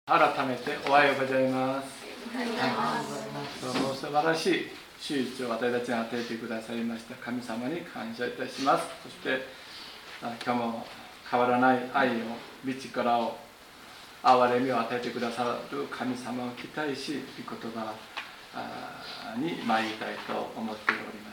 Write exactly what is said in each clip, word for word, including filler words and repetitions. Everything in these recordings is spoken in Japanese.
改めておはようございます。どうも素晴らしい手術を私たちに与えてくださいました神様に感謝いたします。そして今日も変わらない愛を、道からを、憐れみを与えてくださる神様を期待し、御言葉に参りたいと思っております。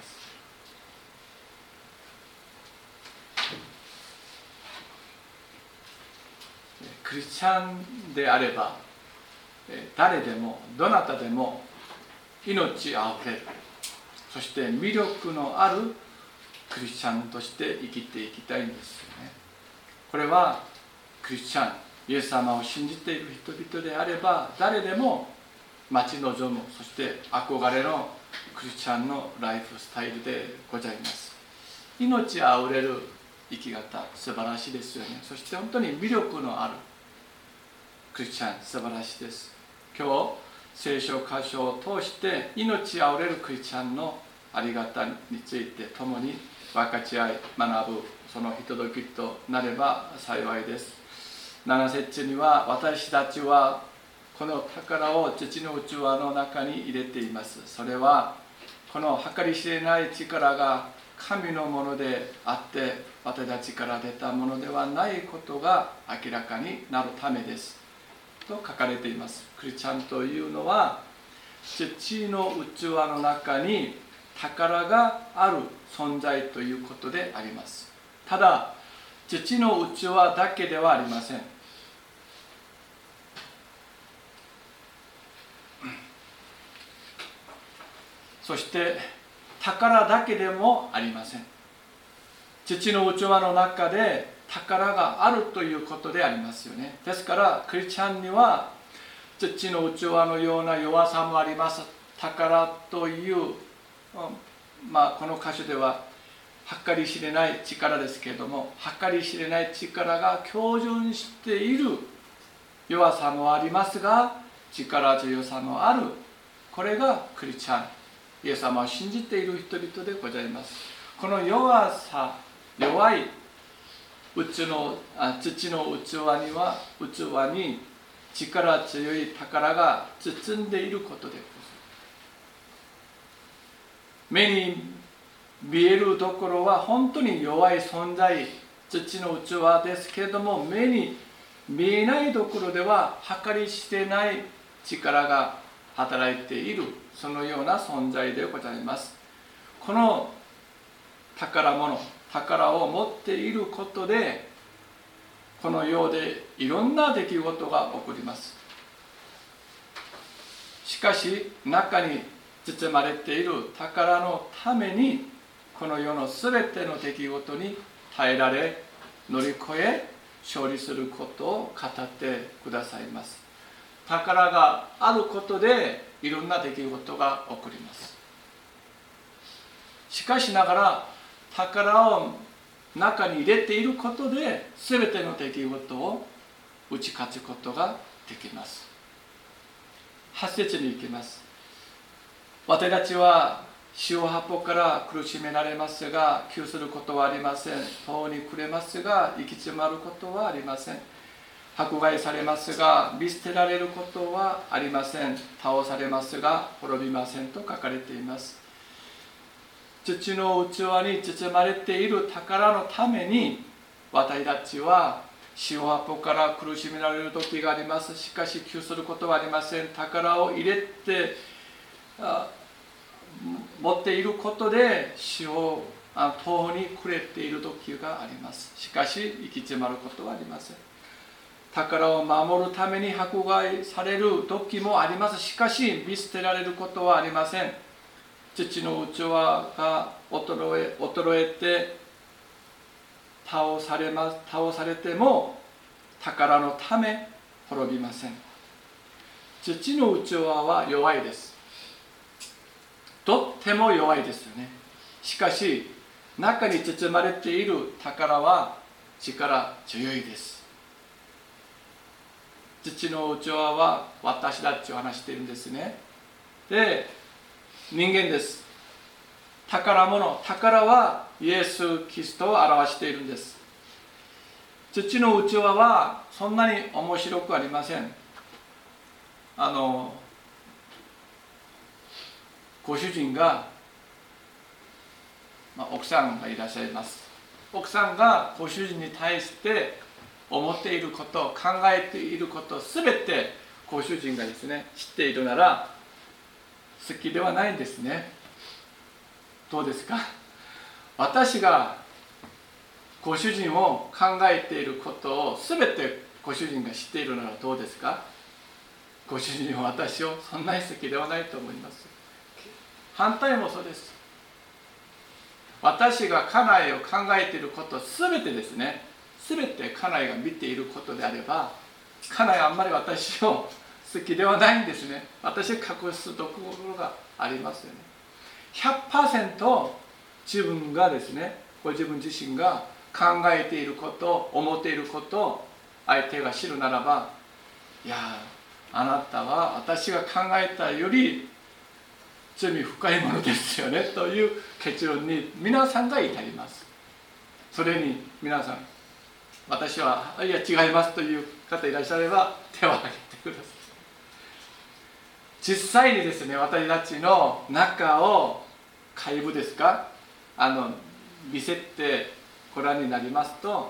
クリスチャンであれば誰でもどなたでも命あふれる、そして魅力のあるクリスチャンとして生きていきたいんですよね。これはクリスチャン、イエス様を信じている人々であれば誰でも待ち望む、そして憧れのクリスチャンのライフスタイルでございます。命あふれる生き方、素晴らしいですよね。そして本当に魅力のあるクリスチャン、素晴らしいです。今日聖書箇所を通して命あふれるクリスチャンのありがたについて共に分かち合い学ぶ、そのひとときとなれば幸いです。なな節には、私たちはこの宝を土の器の中に入れています。それはこの計り知れない力が神のものであって私たちから出たものではないことが明らかになるためですと書かれています。クリスチャンというのは土の器の中に宝がある存在ということであります。ただ土の器だけではありません。そして宝だけでもありません。土の器の中で宝があるということでありますよね。ですからクリスチャンには土の器のような弱さもあります。宝という、まあ、この箇所では計り知れない力ですけれども、計り知れない力が標準している弱さもありますが、力強さのある、これがクリスチャン、イエス様を信じている人々でございます。この弱さ、弱い土の土の器には器に力強い宝が包んでいることでございます。目に見えるところは本当に弱い存在、土の器ですけれども、目に見えないところでは計り知れない力が働いている、そのような存在でございます。この宝物、宝を持っていることでこの世でいろんな出来事が起こります。しかし中に包まれている宝のためにこの世のすべての出来事に耐えられ、乗り越え勝利することを語ってくださいます。宝があることでいろんな出来事が起こります。しかしながら宝を中に入れていることで全ての出来事を打ち勝つことができます。はち節に行きます。私たちは塩八方から苦しめられますが窮することはありません。遠に暮れますが行き詰まることはありません。迫害されますが見捨てられることはありません。倒されますが滅びませんと書かれています。土の器に包まれている宝のために私たちは塩八方から苦しめられる時があります。しかし窮することはありません。宝を入れて持っていることで死を遠に暮れている時があります。しかし行き詰まることはありません。宝を守るために迫害される時もあります。しかし見捨てられることはありません。土の器が衰え、衰えて倒されます、倒されても宝のため滅びません。土の器は弱いです。とっても弱いですよね。しかし中に包まれている宝は力強いです。土の器は私たちを話しているんですね。で、人間です。宝物、宝はイエス・キリストを表しているんです。土の器はそんなに面白くありません。 あのご主人が、まあ、奥さんがいらっしゃいます。奥さんがご主人に対して思っていること、考えていることすべてご主人がですね知っているなら好きではないんですね。どうですか？私がご主人を考えていることをすべてご主人が知っているならどうですか？ご主人は私をそんなに好きではないと思います。反対もそうです。私が家内を考えていることすべてですね、すべて家内が見ていることであれば、家内はあんまり私を好きではないんですね。私は隠すところがありますよね。ひゃくパーセント 自分がですね、ご自分自身が考えていること、思っていることを相手が知るならば、いやあなたは私が考えたより罪深いものですよねという結論に皆さんが至ります。それに皆さん、私はいや違いますという方いらっしゃれば手を挙げてください。実際にですね、私たちの中を怪物ですか、あの見せてご覧になりますと、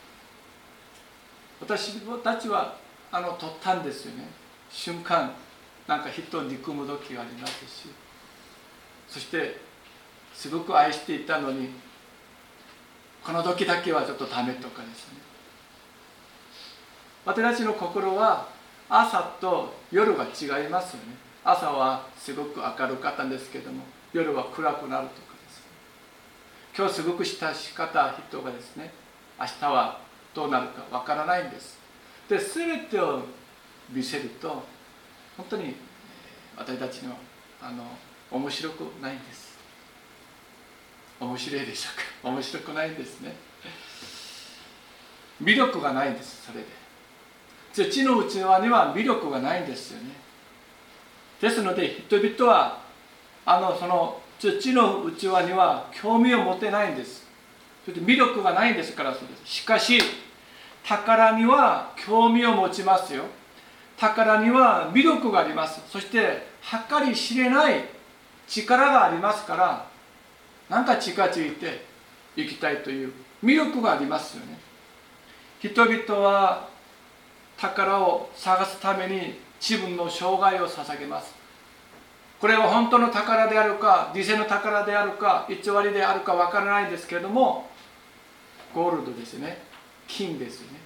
私たちはあの途端ですよね、瞬間なんか人を憎む時がありますし、そしてすごく愛していたのにこの時だけはちょっとダメとかですね。私たちの心は朝と夜が違いますよね。朝はすごく明るかったんですけども、夜は暗くなるとかですね。今日すごく親しかった人がですね、明日はどうなるかわからないんです。で、全てを見せると本当に私たちのあの面白くないんです。面白いでしょうか？面白くないんですね。魅力がないんです。それで地の内側には魅力がないんですよね。ですので人々はあのその土の内側には興味を持てないんです。そして魅力がないんですからそうです。しかし宝には興味を持ちますよ。宝には魅力があります。そして計り知れない力がありますから、なんか近づいていきたいという魅力がありますよね。人々は宝を探すために自分の生涯を捧げます。これは本当の宝であるか偽の宝であるか偽りであるかわからないんですけれども、ゴールドですね、金ですよね。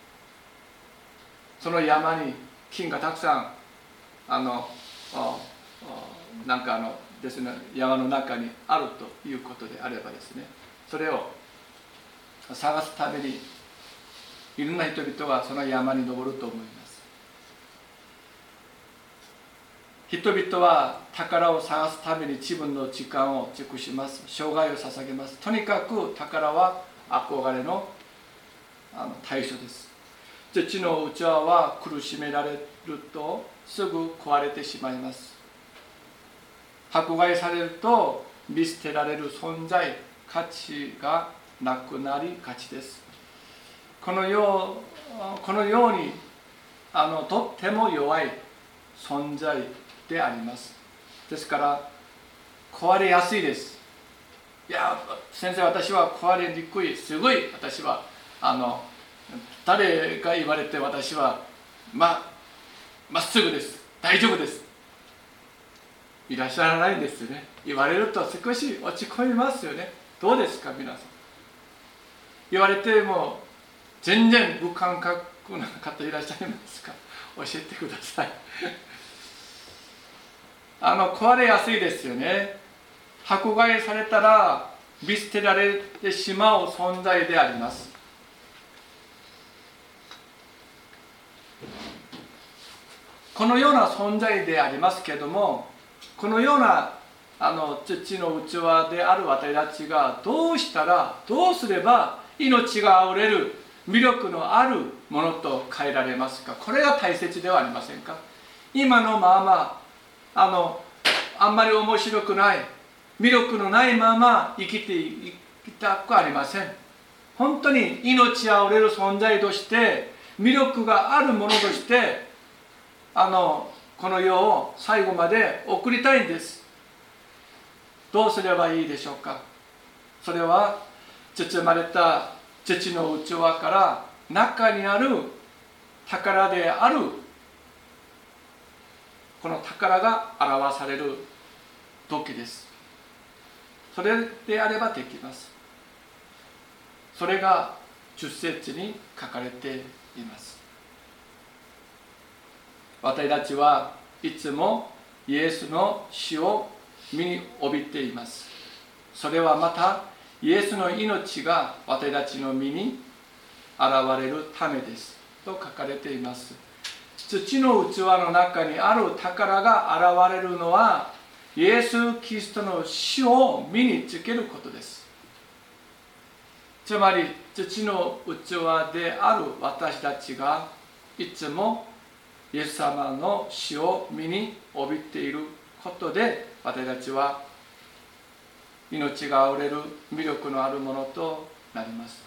その山に金がたくさんあのなんかあのですね、山の中にあるということであればですね、それを探すためにいろんな人々がその山に登ると思います。人々は宝を探すために自分の時間を尽くします。生涯を捧げます。とにかく宝は憧れのあの対象です。土の器は苦しめられるとすぐ壊れてしまいます。迫害されると見捨てられる存在、価値がなくなりがちです。このよう、このようにあのとっても弱い存在であります。ですから壊れやすいです。いや先生、私は壊れにくい、すごい私はあの誰が言われて私はままっすぐです、大丈夫です、いらっしゃらないんですよね。言われると少し落ち込みますよね。どうですか皆さん。言われても全然無感覚な方いらっしゃいますか？教えてください。あの壊れやすいですよね。迫害されたら見捨てられてしまう存在であります。このような存在でありますけれども、このようなあの土の器である私たちがどうしたら、どうすれば命があふれる魅力のあるものと変えられますか？これが大切ではありませんか？今のままあのあんまり面白くない、魅力のないまま生きていきたくありません。本当に命あふれる存在として、魅力があるものとしてあのこの世を最後まで送りたいんです。どうすればいいでしょうか。それは包まれた土の器から中にある宝であるこの宝が表される時です。それであればできます。それがじゅっ節に書かれています。私たちはいつもイエスの死を身に帯びています。それはまたイエスの命が私たちの身に現れるためですと書かれています。土の器の中にある宝が現れるのはイエス・キリストの死を身につけることです。つまり土の器である私たちがいつもイエス様の死を身に帯びていることで、私たちは命があふれる魅力のあるものとなります。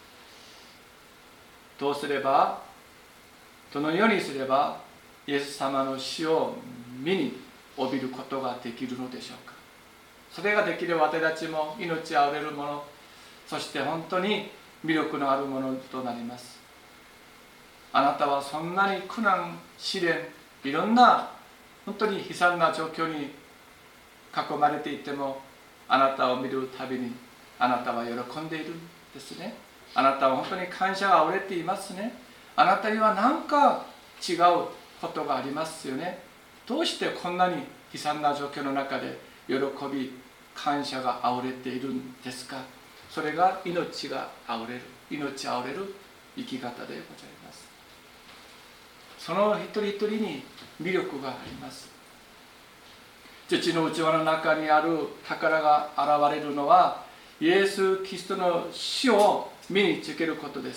どうすれば、どのようにすればイエス様の死を身に帯びることができるのでしょうか。それができれば私たちも命あふれるもの、そして本当に魅力のあるものとなります。あなたはそんなに苦難、試練、いろんな本当に悲惨な状況に囲まれていても、あなたを見るたびにあなたは喜んでいるんですね。あなたは本当に感謝があふれていますね。あなたには何か違うことがありますよね。どうしてこんなに悲惨な状況の中で喜び、感謝があふれているんですか。それが命があふれる、命あふれる生き方でございます。その一人一人に魅力があります。土の器の中にある宝が現れるのはイエス・キリストの死を身につけることです。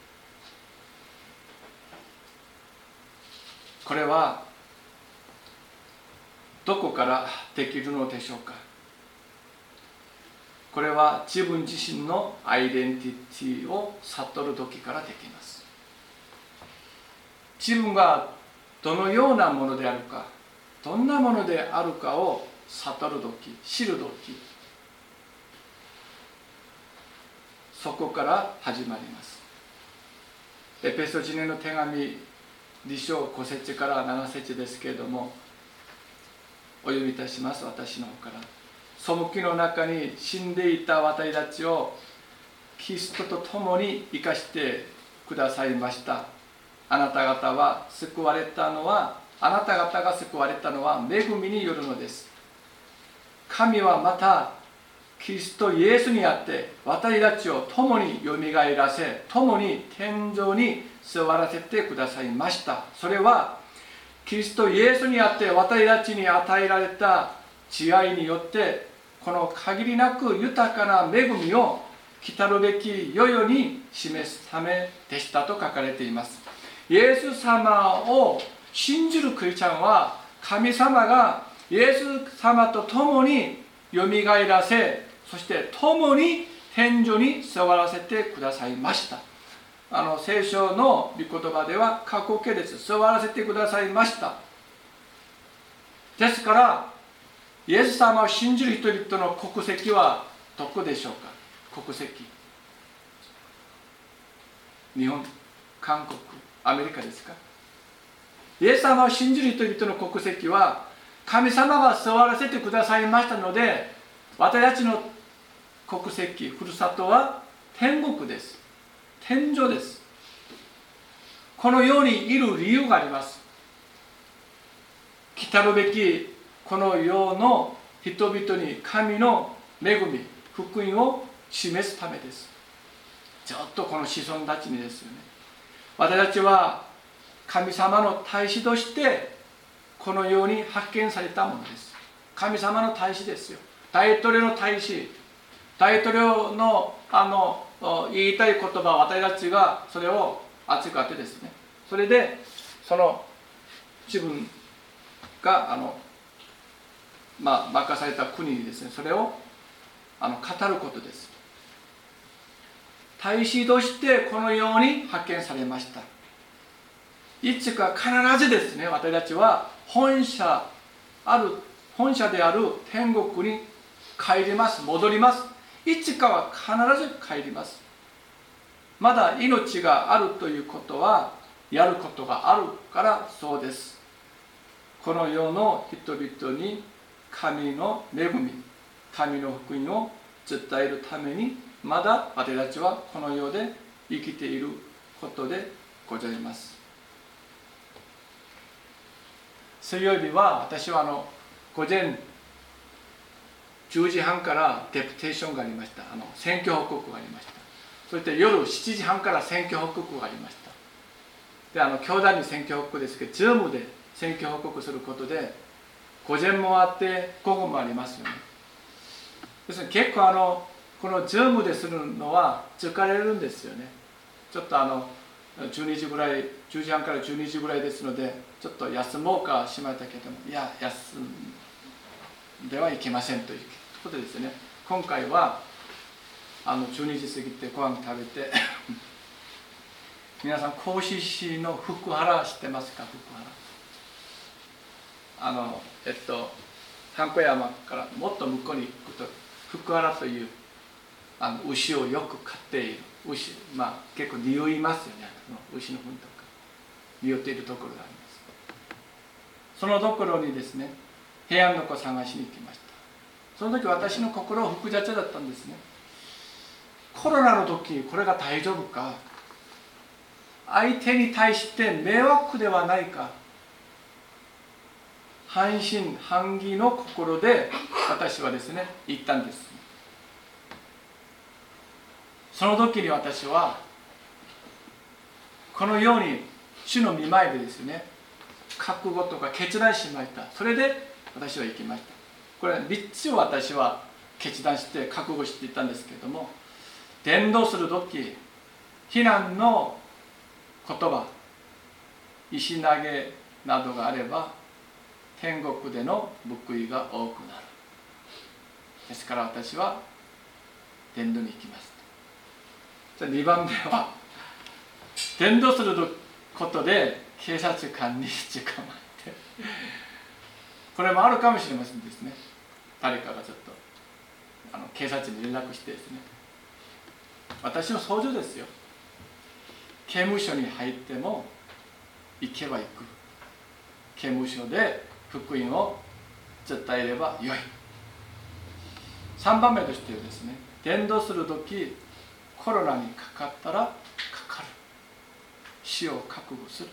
これはどこからできるのでしょうか。これは自分自身のアイデンティティを悟る時からできます。自分がどのようなものであるか、どんなものであるかを悟る時、知る時、そこから始まります。エペソ人への手紙に章ご節からなな節ですけれども、お読みいたします。私の方から。背きの中に死んでいた私たちをキリストと共に生かしてくださいました。あなた方は救われたのはあなた方が救われたのは恵みによるのです。神はまたキリストイエスにあって私たちを共によみがえらせ、共に天井に座らせてくださいました。それはキリストイエスにあって私たちに与えられた慈愛によってこの限りなく豊かな恵みを来たるべき世々に示すためでしたと書かれています。イエス様を信じるクリスチャンは神様がイエス様と共によみがえらせ、そして共に天井に座らせてくださいました。あの聖書の御言葉では過去形です。座らせてくださいました。ですからイエス様を信じる人々の国籍はどこでしょうか。国籍、日本、韓国、アメリカですか。イエス様を信じる人々の国籍は神様が座らせてくださいましたので、私たちの国籍、ふるさとは天国です。天上です。この世にいる理由があります。来たるべきこの世の人々に神の恵み、福音を示すためです。ちょっとこの子孫たちにですよね。私たちは神様の大使としてこの世に派遣されたものです。神様の大使ですよ。大統領の大使、大統領のあの言いたい言葉、私たちがそれを扱ってですね、それでその自分があの、まあ、任された国にですね、それをあの語ることです。大使としてこのように派遣されました。 いつか必ずですね、私たちは本社ある本社である天国に帰ります。戻ります。いつかは必ず帰ります。まだ命があるということはやることがあるからそうです。この世の人々に神の恵み、神の福音を伝えるためにまだ私たちはこの世で生きていることでございます。水曜日は私はあの午前じゅうじはんからデプテーションがありました。あの選挙報告がありました。そして夜しちじはんから選挙報告がありました。で、あの教団に選挙報告ですけど、ズームで選挙報告することで午前もあって午後もありますよね。ですので結構あのこのズームでするのは疲れるんですよね。ちょっとあのじゅうにじぐらい、じゅうじはんからじゅうにじぐらいですので、ちょっと休もうかしましたけども、いや、休んではいけませんということですね。今回はあのじゅうにじ過ぎてご飯食べて皆さん合志市の福原知ってますか？福原、あのえっと三子山からもっと向こうに行くと福原というあの牛をよく飼っている牛、まあ結構匂いますよね。あの牛の糞とか匂っているところがあります。そのところにですね、平安の子を探しに行きました。その時私の心は複雑だったんですね。コロナの時これが大丈夫か、相手に対して迷惑ではないか、半信半疑の心で私はですね言ったんです。その時に私はこのように主の御前でですね覚悟とか決断しました。それで私は行きました。これみっつを私は決断して覚悟していったんですけれども、伝道する時、非難の言葉、石投げなどがあれば天国での報いが多くなる。ですから私は伝道に行きます。じゃあにばんめは伝道することで警察官に捕まってこれもあるかもしれませんですね。誰かがちょっとあの警察に連絡してですね、私の想像ですよ、刑務所に入っても行けば行く、刑務所で福音を伝えればよい。さんばんめとしてですね、伝道するときコロナにかかったらかかる、死を覚悟する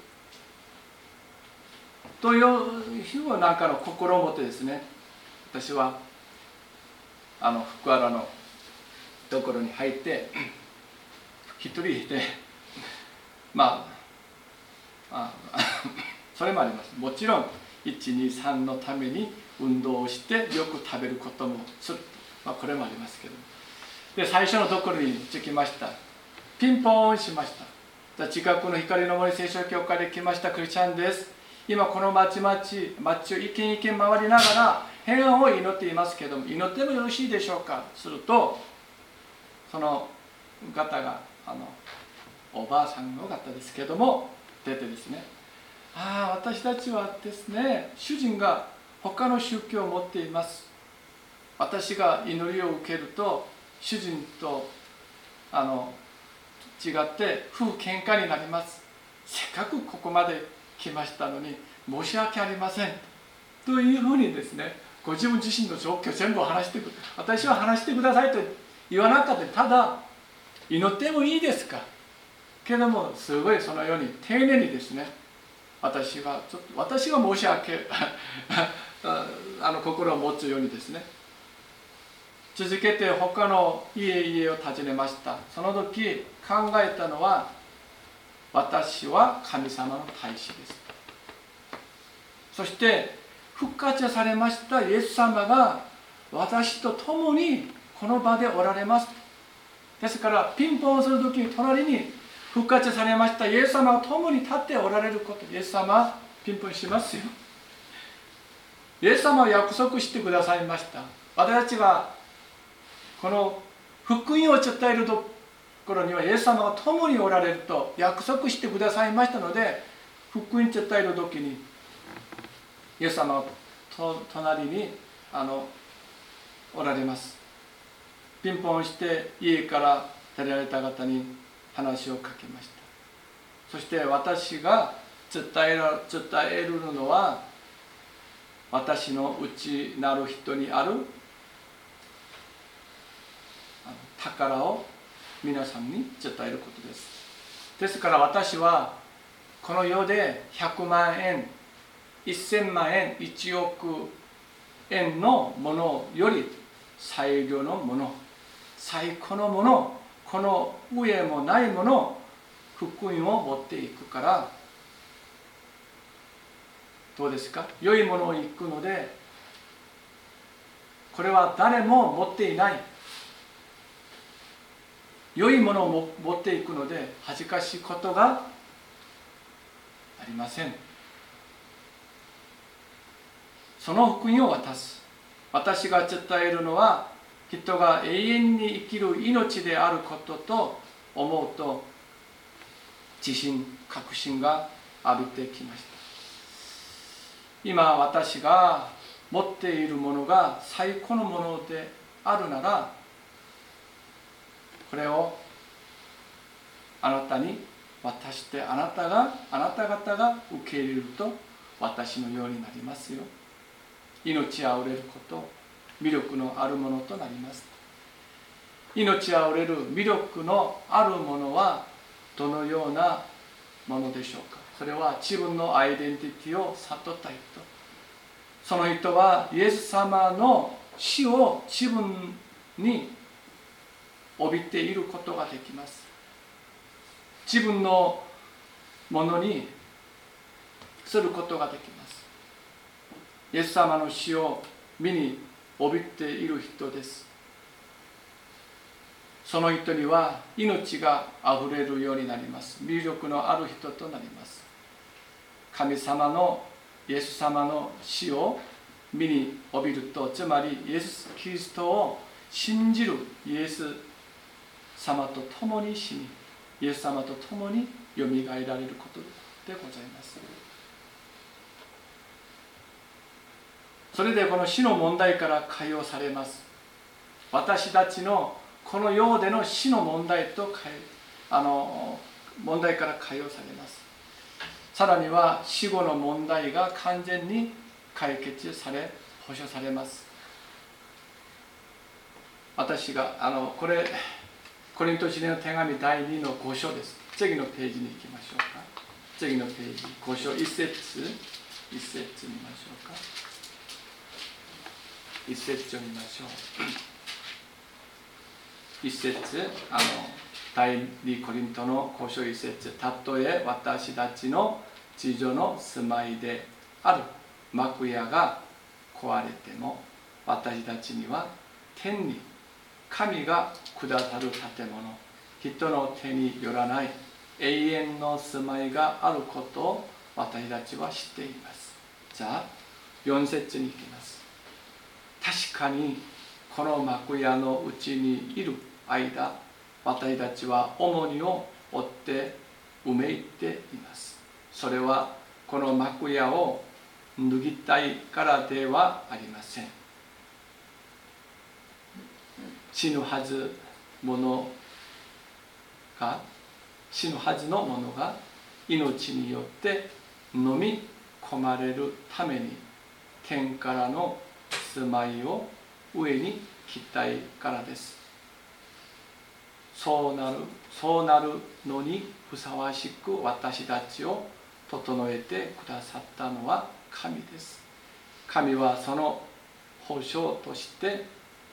という日はなんかの心を持ってですね、私はあの福原のところに入って一人でまああそれもあります。もちろんいちにさんのために運動をしてよく食べることもする、まあ、これもありますけど、で最初のところに着きました。ピンポーンしました。近くの光の森聖書教会で来ましたクリスチャンです。今この町々町を一軒一軒回りながら平安を祈っていますけども、祈ってもよろしいでしょうか。するとその方があのおばあさんの方ですけども出てですね、ああ私たちはですね、主人が他の宗教を持っています。私が祈りを受けると主人とあの違って夫婦喧嘩になります。せっかくここまで来ましたのに申し訳ありませんというふうにですね、ご自分自身の状況全部話してくる。私は話してくださいと言わなかった。ただ祈ってもいいですかけども、すごいそのように丁寧にですね、私がちょっと私が申し訳あの心を持つようにですね、続けて他の家々を訪ねました。その時考えたのは、私は神様の大使です。そして復活されましたイエス様が私と共にこの場でおられます。ですからピンポンする時に隣に復活されましたイエス様が共に立っておられること、イエス様はピンポンしますよ。イエス様は約束してくださいました。私たちがこの福音を伝えるところにはイエス様が共におられると約束してくださいましたので、 福音伝える時にイエス様の隣にあのおられます。ピンポンして家から出られた方に話をかけました。そして私が伝えら伝えるのは私の内なる人にある宝を皆さんに伝えることです。ですから私はこの世でひゃくまんえん、せんまんえん、いちおくえんのものより最良のもの、最高のもの、この上もないもの、福音を持っていくから、どうですか？良いものを行くので、これは誰も持っていない。良いものを持っていくので恥ずかしいことがありません。その福音を渡す。私が伝えるのは人が永遠に生きる命であることと思うと自信、確信が浴びてきました。今私が持っているものが最高のものであるなら、これをあなたに渡してあなたがあなた方が受け入れると私のようになりますよ。命あふれること、魅力のあるものとなります。命あふれる魅力のあるものはどのようなものでしょうか。それは自分のアイデンティティを悟った人、その人はイエス様の死を自分に帯びていることができます。自分のものにすることができます。イエス様の死を身に帯びている人です。その人には命があふれるようになります。魅力のある人となります。神様のイエス様の死を身に帯びると、つまりイエス・キリストを信じるイエス様と共に死に、イエス様と共によみがえられることでございます。それでこの死の問題から解放されます。私たちのこの世での死の問題とあの問題から解放されます。さらには死後の問題が完全に解決され保証されます。私があのこれコリント人への手紙だいにのご章です。次のページに行きましょうか。次のページ、ご章いっ節、いっ節見ましょうか。いっ節を見ましょう。いっ節、あのだいにコリントのご章いっ節、たとえ私たちの地上の住まいである幕屋が壊れても、私たちには天に神がくださる建物、人の手によらない永遠の住まいがあることを私たちは知っています。じゃあよん節に行きます。確かにこの幕屋のうちにいる間、私たちは重荷を負ってうめいています。それはこの幕屋を脱ぎたいからではありません。死ぬはずものが死ぬはずのものが命によって飲み込まれるために天からの住まいを上に来たいからです。そうなるそうなるのにふさわしく私たちを整えてくださったのは神です。神はその保証として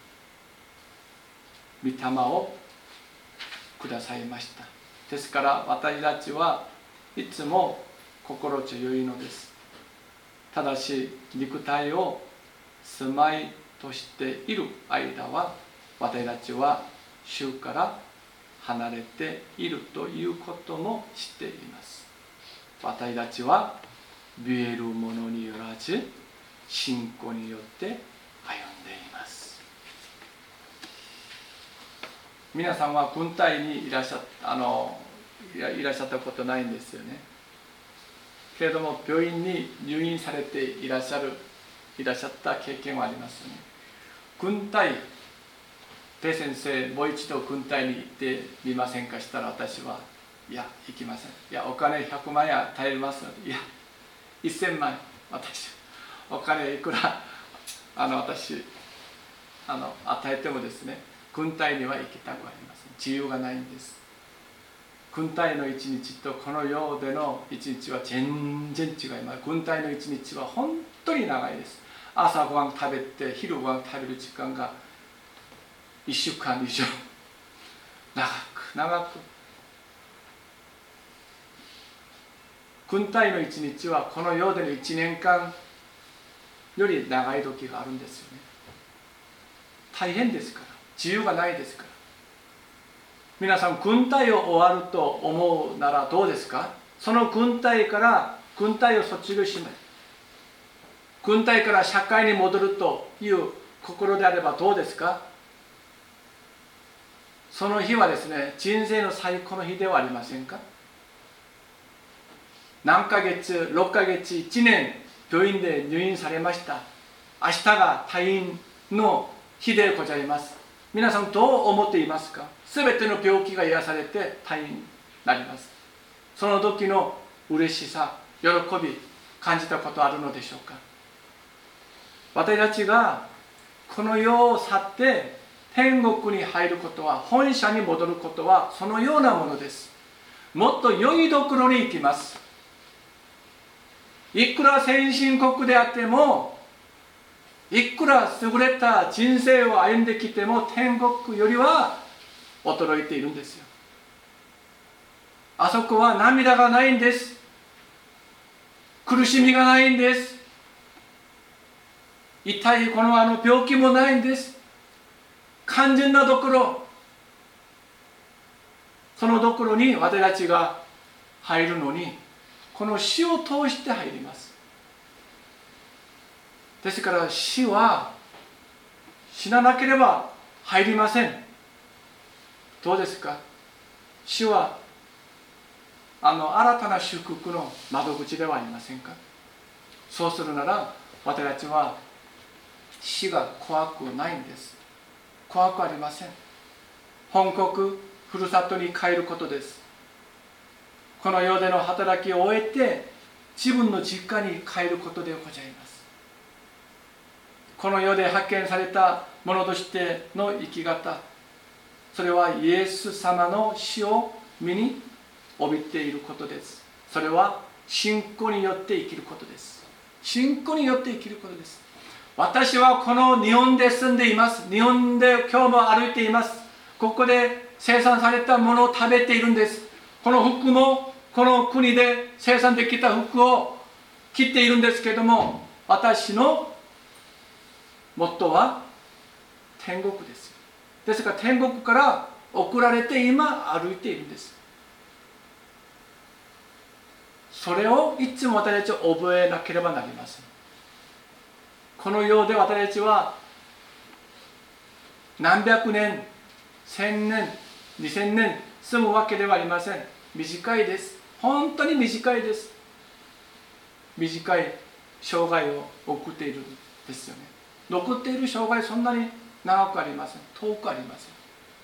御霊をくださいました。ですから私たちはいつも心強いのです。ただし肉体を住まいとしている間は私たちは主から離れているということも知っています。私たちは見えるものによらず信仰によって歩んでいます。皆さんは軍隊にいらっしゃったあのいらっしゃったことないんですよね。 けれども病院に入院されていらっしゃるいらっしゃった経験はありますよね。軍隊、ペ先生、もう一度軍隊に行ってみませんかしたら、私はいや行きません。いやお金ひゃくまん円与えますので、いやせんまん円、私お金いくらあの私あの与えてもですね、軍隊には行きたくありません。自由がないんです。軍隊の一日とこの世での一日は全然違います。軍隊の一日は本当に長いです。朝ごはん食べて昼ごはん食べる時間がいっしゅうかん以上長く長く、軍隊の一日はこの世でのいちねんかんより長い時があるんですよね。大変ですから、自由がないですから。皆さん軍隊を終わると思うならどうですか。その軍隊から軍隊を卒業します。軍隊から社会に戻るという心であればどうですか。その日はですね、人生の最高の日ではありませんか。何ヶ月、ろっかげつ、いちねん病院で入院されました。明日が退院の日でございます。皆さんどう思っていますか。すべての病気が癒されて退院になります。その時の嬉しさ、喜び感じたことあるのでしょうか。私たちがこの世を去って天国に入ることは、本社に戻ることはそのようなものです。もっと良いところに行きます。いくら先進国であっても、いくら優れた人生を歩んできても、天国よりは衰えているんですよ。あそこは涙がないんです。苦しみがないんです。痛いこのあの病気もないんです。完全なところ、そのところに私たちが入るのに、この死を通して入ります。ですから死は死ななければ入りません。どうですか。死はあの新たな祝福の窓口ではありませんか。そうするなら私たちは死が怖くないんです。怖くありません。本国ふるさとに帰ることです。この世での働きを終えて自分の実家に帰ることでございます。この世で発見されたものとしての生き方、それはイエス様の死を身に帯びていることです。それは信仰によって生きることです。信仰によって生きることです。私はこの日本で住んでいます。日本で今日も歩いています。ここで生産されたものを食べているんです。この服もこの国で生産できた服を着ているんですけれども、私のモットーは天国です。ですから天国から送られて今歩いているんです。それをいつも私たちは覚えなければなりません。この世で私たちは何百年、千年、二千年住むわけではありません。短いです。本当に短いです。短い生涯を送っているんですよね。残っている生涯そんなに長くありません。遠くありません。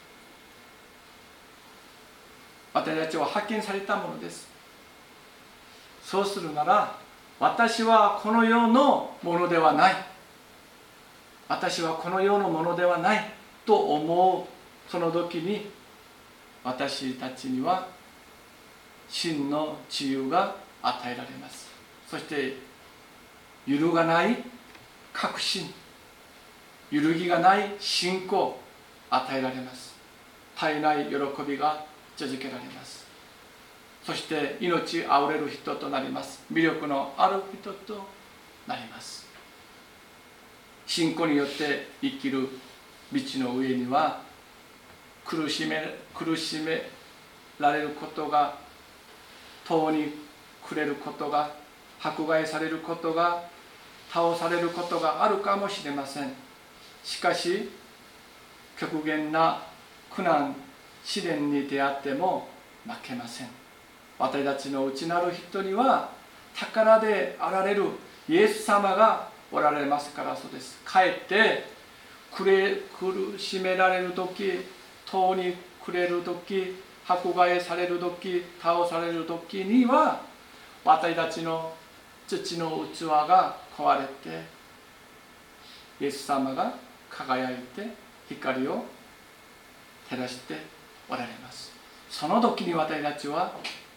私たちは発見されたものです。そうするなら、私はこの世のものではない。私はこの世のものではないと思うその時に、私たちには真の自由が与えられます。そして揺るがない確信、揺るぎがない信仰を与えられます。絶えない喜びが続けられます。そして命あふれる人となります。魅力のある人となります。信仰によって生きる道の上には、苦しめ苦しめられることが、遠に暮れることが、迫害されることが、倒されることがあるかもしれません。しかし極限な苦難試練に出会っても負けません。私たちの内なる人には宝であられるイエス様がおられますからそうです。かえって苦しめられる時、塔にくれる時、迫害される時、倒される時には私たちの土の器が壊れて、イエス様が輝いて光を照らしておられます。その時に私たちは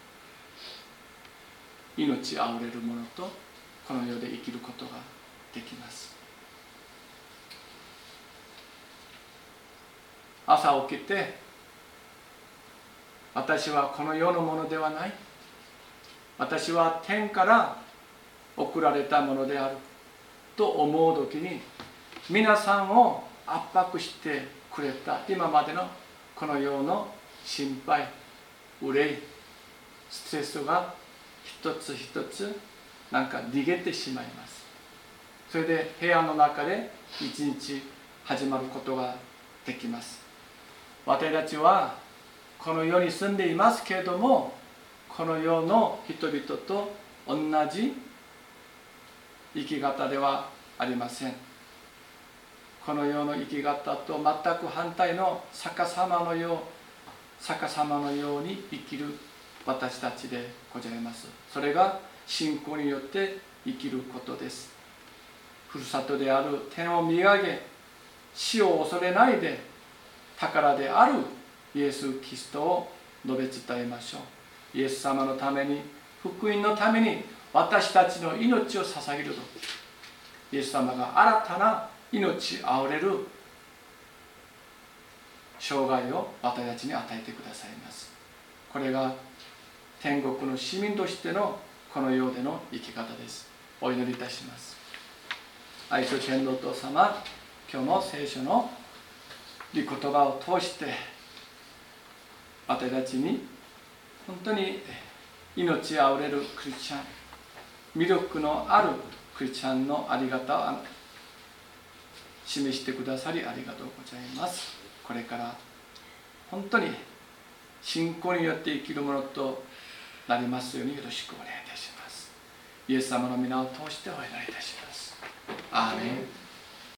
命あふれるものとこの世で生きることができます。朝起きて、私はこの世のものではない、私は天から送られたものであると思う時に、皆さんを圧迫してくれた今までのこの世の心配、憂い、ストレスが一つ一つなんか逃げてしまいます。それで部屋の中で一日始まることができます。私たちはこの世に住んでいますけれども、この世の人々と同じ生き方ではありません。この世の生き方と全く反対の逆さまのよう逆さまのように生きる私たちでございます。それが信仰によって生きることです。ふるさとである天を見上げ、死を恐れないで宝であるイエス・キリストを述べ伝えましょう。イエス様のために、福音のために私たちの命を捧げると、イエス様が新たな命あふれる生涯を私たちに与えてくださいます。これが天国の市民としてのこの世での生き方です。お祈りいたします。愛する天皇父様、今日も聖書の御言葉を通して私たちに本当に命あふれるクリスチャン、魅力のあるクリスチャンのあり方を示してくださりありがとうございます。これから本当に信仰によって生きるものとなりますようによろしくお願いいたします。イエス様の皆を通してお祈りいたします。アーメン。